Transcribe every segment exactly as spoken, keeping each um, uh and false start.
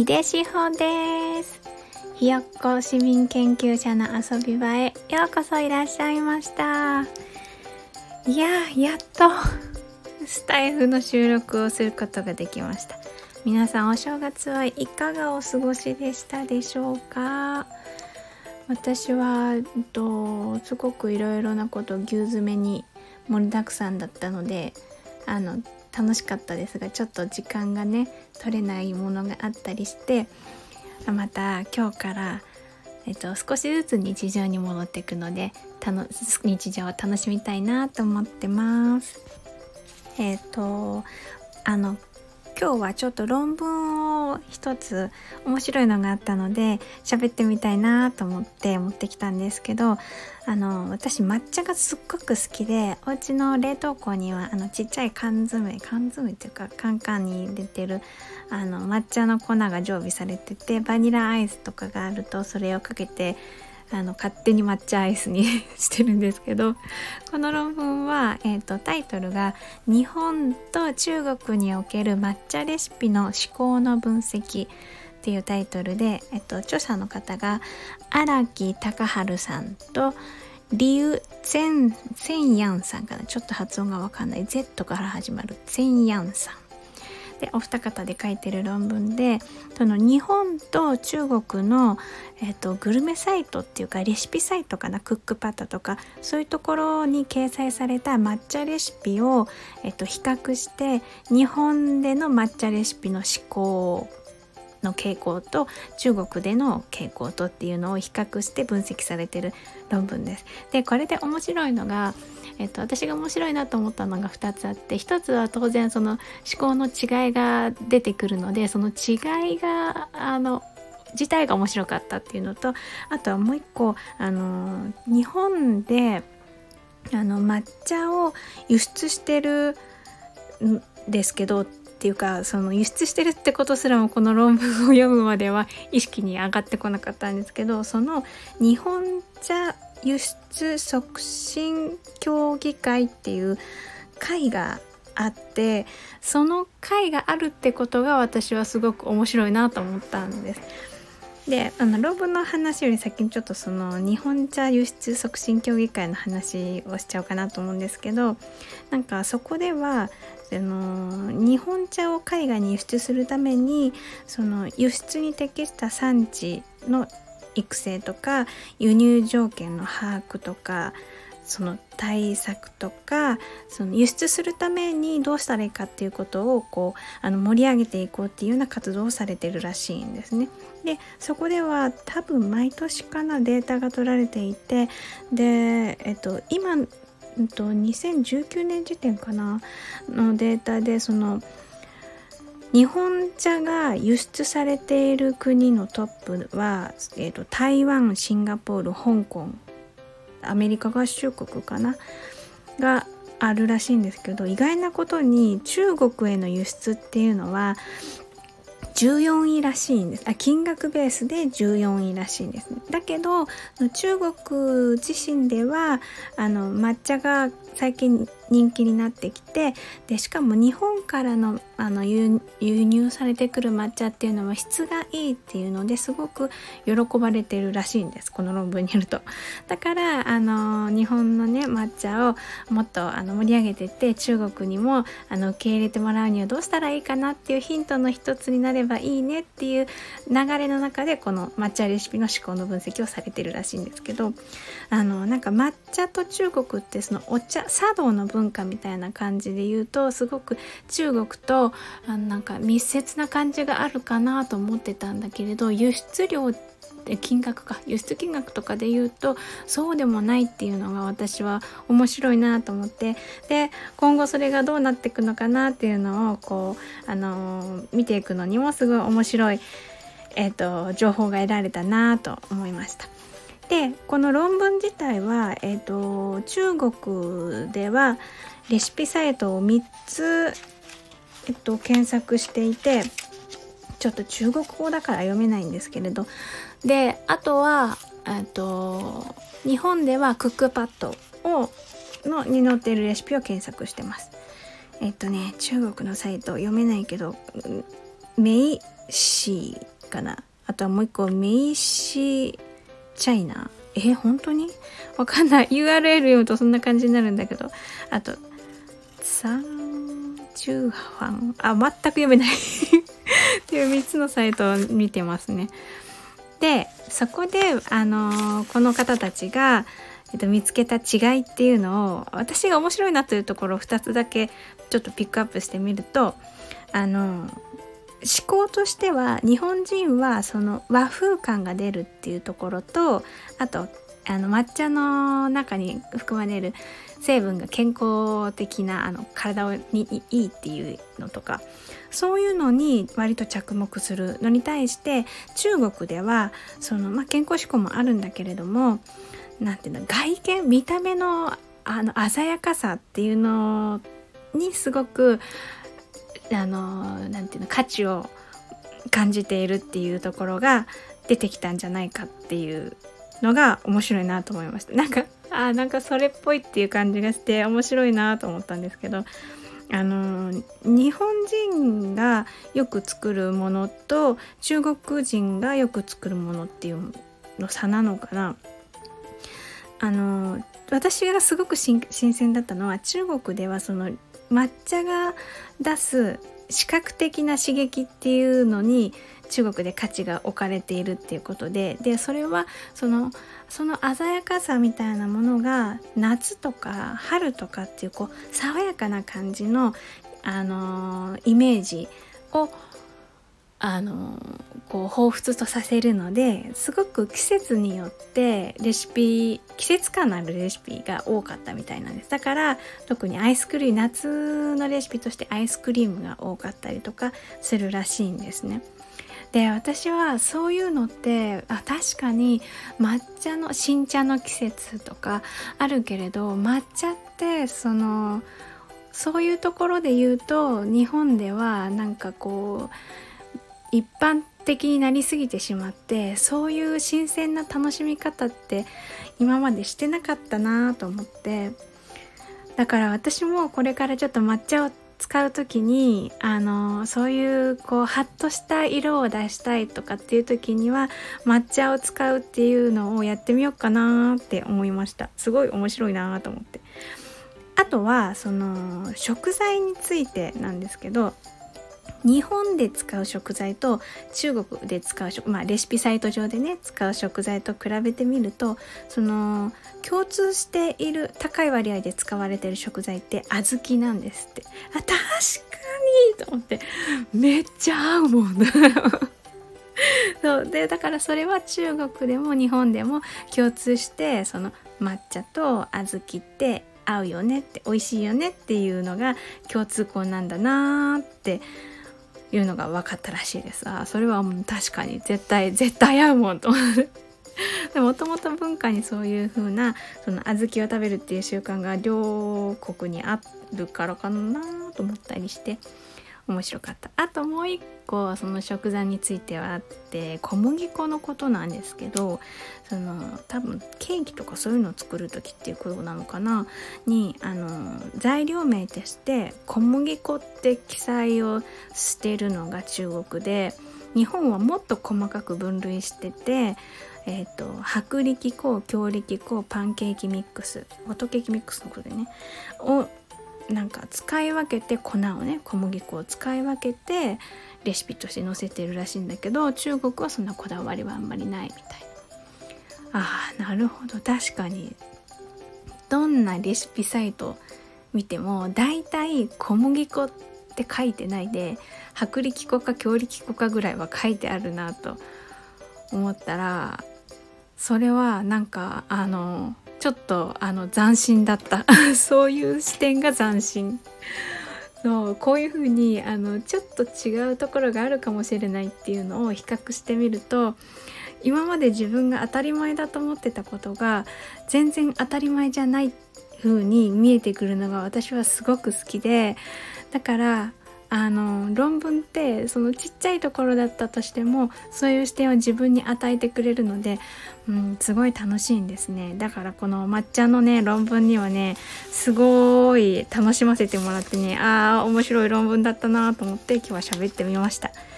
井出志保です。ひよっこ市民研究者の遊び場へようこそいらっしゃいました。いややっとスタイフの収録をすることができました。皆さんお正月はいかがお過ごしでしたでしょうか。私はとすごくいろいろなことぎゅう詰めに盛りだくさんだったのであの楽しかったですが、ちょっと時間がね取れないものがあったりして、また今日から、えっと、少しずつ日常に戻っていくのでたの日常を楽しみたいなと思ってます。えっとあの今日はちょっと論文を一つ面白いのがあったので喋ってみたいなと思って持ってきたんですけど、あの私抹茶がすっごく好きで、お家の冷凍庫にはあのちっちゃい缶詰缶詰っていうかカンカンに入れてるあの抹茶の粉が常備されてて、バニラアイスとかがあるとそれをかけてあの勝手に抹茶アイスにしてるんですけど、この論文は、えーと、タイトルが日本と中国における抹茶レシピの思考の分析っていうタイトルで、えーと、著者の方が荒木隆春さんとリュウ・ゼン・ゼンヤンさんかな、ちょっと発音がわかんない Z から始まるゼンヤンさんで、お二方で書いてる論文で、その日本と中国の、えーと、グルメサイトっていうかレシピサイトかな、クックパッドとかそういうところに掲載された抹茶レシピを、えーと、比較して日本での抹茶レシピの思考の傾向と中国での傾向とっていうのを比較して分析されている論文です。でこれで面白いのが、えっと、私が面白いなと思ったのがふたつあって、ひとつは当然その思考の違いが出てくるので、その違いがあの自体が面白かったっていうのと、あとはもう一個あの日本であの抹茶を輸出してるんですけどっていうか、その輸出してるってことすらもこの論文を読むまでは意識に上がってこなかったんですけど、その日本茶輸出促進協議会っていう会があって、その会があるってことが私はすごく面白いなと思ったんです。であの論文の話より先にちょっとその日本茶輸出促進協議会の話をしちゃおうかなと思うんですけど、なんかそこではあの日本茶を海外に輸出するためにその輸出に適した産地の育成とか輸入条件の把握とかその対策とか、その輸出するためにどうしたらいいかっていうことをこうあの盛り上げていこうっていうような活動をされているらしいんですね。でそこでは多分毎年かなデータが取られていて、で、えっと、今、えっと、にせんじゅうきゅうねん時点かなのデータで、その日本茶が輸出されている国のトップは、えっと、台湾、シンガポール、香港、アメリカ合衆国かながあるらしいんですけど、意外なことに中国への輸出っていうのはじゅうよんいらしいんです。あ、金額ベースでじゅうよんいらしいんです、ね、だけど中国自身ではあの抹茶が最近人気になってきて、でしかも日本からの、あの 輸, 輸入されてくる抹茶っていうのは質がいいっていうのですごく喜ばれているらしいんです、この論文によると。だからあの日本のね抹茶をもっとあの盛り上げていって中国にもあの受け入れてもらうにはどうしたらいいかなっていうヒントの一つになればいいねっていう流れの中でこの抹茶レシピの思考の分析をされているらしいんですけど、あのなんか抹茶と中国ってそのお茶茶道の文化みたいな感じで言うとすごく中国とあのなんか密接な感じがあるかなと思ってたんだけれど、輸出量金額か輸出金額とかで言うとそうでもないっていうのが私は面白いなと思って、で今後それがどうなっていくのかなっていうのをこう、あのー、見ていくのにもすごい面白い、えーと、情報が得られたなと思いました。でこの論文自体は、えーと、中国ではレシピサイトをみっつ、えっと、検索していて、ちょっと中国語だから読めないんですけれど、であとはえっと日本ではクックパッドをのに載っているレシピを検索してます。えっとね中国のサイト読めないけどメイシーかな、あとはもう一個メイシーチャイナ、え本当にわかんない、 ユーアールエル 読むとそんな感じになるんだけど、あとサンチューファン、あ全く読めないっていうみっつのサイトを見てますね。でそこで、あのー、この方たちが、えっと、見つけた違いっていうのを、私が面白いなというところをふたつだけちょっとピックアップしてみると、あのー、思考としては日本人はその和風感が出るっていうところと、あとあの抹茶の中に含まれる成分が健康的な、あの体にいいっていうのとか、そういうのに割と着目するのに対して、中国ではその、まあ、健康志向もあるんだけれども、なんていうの、外見見た目のあの鮮やかさっていうのにすごくあのなんていうの価値を感じているっていうところが出てきたんじゃないかっていうのが面白いなと思いました。なんかあなんかそれっぽいっていう感じがして面白いなと思ったんですけど、あの日本人がよく作るものと中国人がよく作るものっていうの差なのかな。あの私がすごく新鮮だったのは、中国ではその抹茶が出す視覚的な刺激っていうのに中国で価値が置かれているっていうことで、でそれはそのその鮮やかさみたいなものが夏とか春とかっていうこう爽やかな感じの、あのー、イメージをあのこう彷彿とさせるので、すごく季節によってレシピ季節感のあるレシピが多かったみたいなんです。だから特にアイスクリーム、夏のレシピとしてアイスクリームが多かったりとかするらしいんですね。で私はそういうのって、あ確かに抹茶の新茶の季節とかあるけれど、抹茶ってそのそういうところで言うと日本ではなんかこう一般的になりすぎてしまって、そういう新鮮な楽しみ方って今までしてなかったなと思って、だから私もこれからちょっと抹茶を使う時に、あのそういうこうハッとした色を出したいとかっていう時には抹茶を使うっていうのをやってみようかなって思いました。すごい面白いなと思って。あとはその食材についてなんですけど、日本で使う食材と中国で使う食、まあ、レシピサイト上でね使う食材と比べてみると、その共通している高い割合で使われている食材って小豆なんですって。あ確かにと思って、めっちゃ合うもんそうでだからそれは中国でも日本でも共通して、その抹茶と小豆って合うよねって、美味しいよねっていうのが共通項なんだなーっていうのが分かったらしいです。あそれはもう確かに絶対絶対合うもんともともと文化にそういう風なその小豆を食べるっていう習慣が両国にあるからかなと思ったりして面白かった。あともう一個その食材についてはあって、小麦粉のことなんですけど、その多分ケーキとかそういうのを作る時っていうことなのかなに、あの材料名として小麦粉って記載をしているのが中国で、日本はもっと細かく分類してて、えーと、薄力粉、強力粉、パンケーキミックス、ホットケーキミックスのことでねをなんか使い分けて、粉をね小麦粉を使い分けてレシピとして載せてるらしいんだけど、中国はそんなこだわりはあんまりないみたいな。あーなるほど、確かにどんなレシピサイト見てもだいたい小麦粉って書いてないで、薄力粉か強力粉かぐらいは書いてあるなと思ったら、それはなんかあのちょっとあの斬新だったそういう視点が斬新。そうこういう風にあのちょっと違うところがあるかもしれないっていうのを比較してみると、今まで自分が当たり前だと思ってたことが全然当たり前じゃない風に見えてくるのが私はすごく好きで、だからあの論文ってそのちっちゃいところだったとしてもそういう視点を自分に与えてくれるので、うん、すごい楽しいんですね。だからこの抹茶のね論文にはねすごい楽しませてもらってね、あー面白い論文だったなと思って今日は喋ってみました。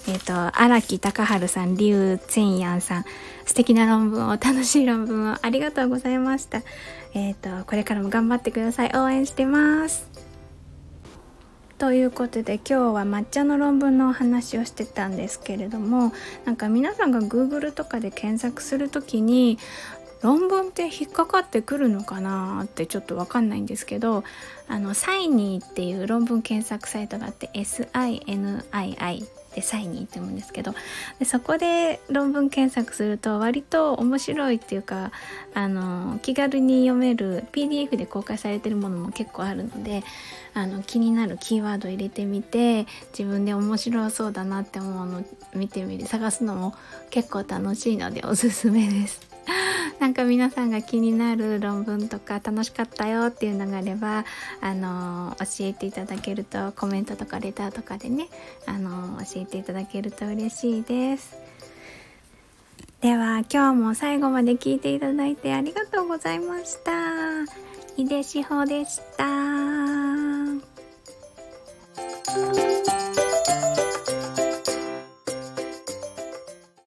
えっ、と荒木隆春さん、劉千ヤさん、素敵な論文を、楽しい論文をありがとうございました。えっ、とこれからも頑張ってください。応援してます。ということで今日は抹茶の論文のお話をしてたんですけれども、なんか皆さんが Google とかで検索するときに論文って引っかかってくるのかなってちょっとわかんないんですけど、あのサイニーっていう論文検索サイトがあって、 エスアイエヌアイアイ でサイニーって言うんですけど、でそこで論文検索すると割と面白いっていうか、あの気軽に読める ピーディーエフ で公開されてるものも結構あるので、あの気になるキーワード入れてみて、自分で面白そうだなって思うの見てみる探すのも結構楽しいのでおすすめです。なんか皆さんが気になる論文とか楽しかったよっていうのがあれば、あの教えていただけると、コメントとかレターとかでね、あの教えていただけると嬉しいです。では今日も最後まで聞いていただいてありがとうございました。井出志保でした。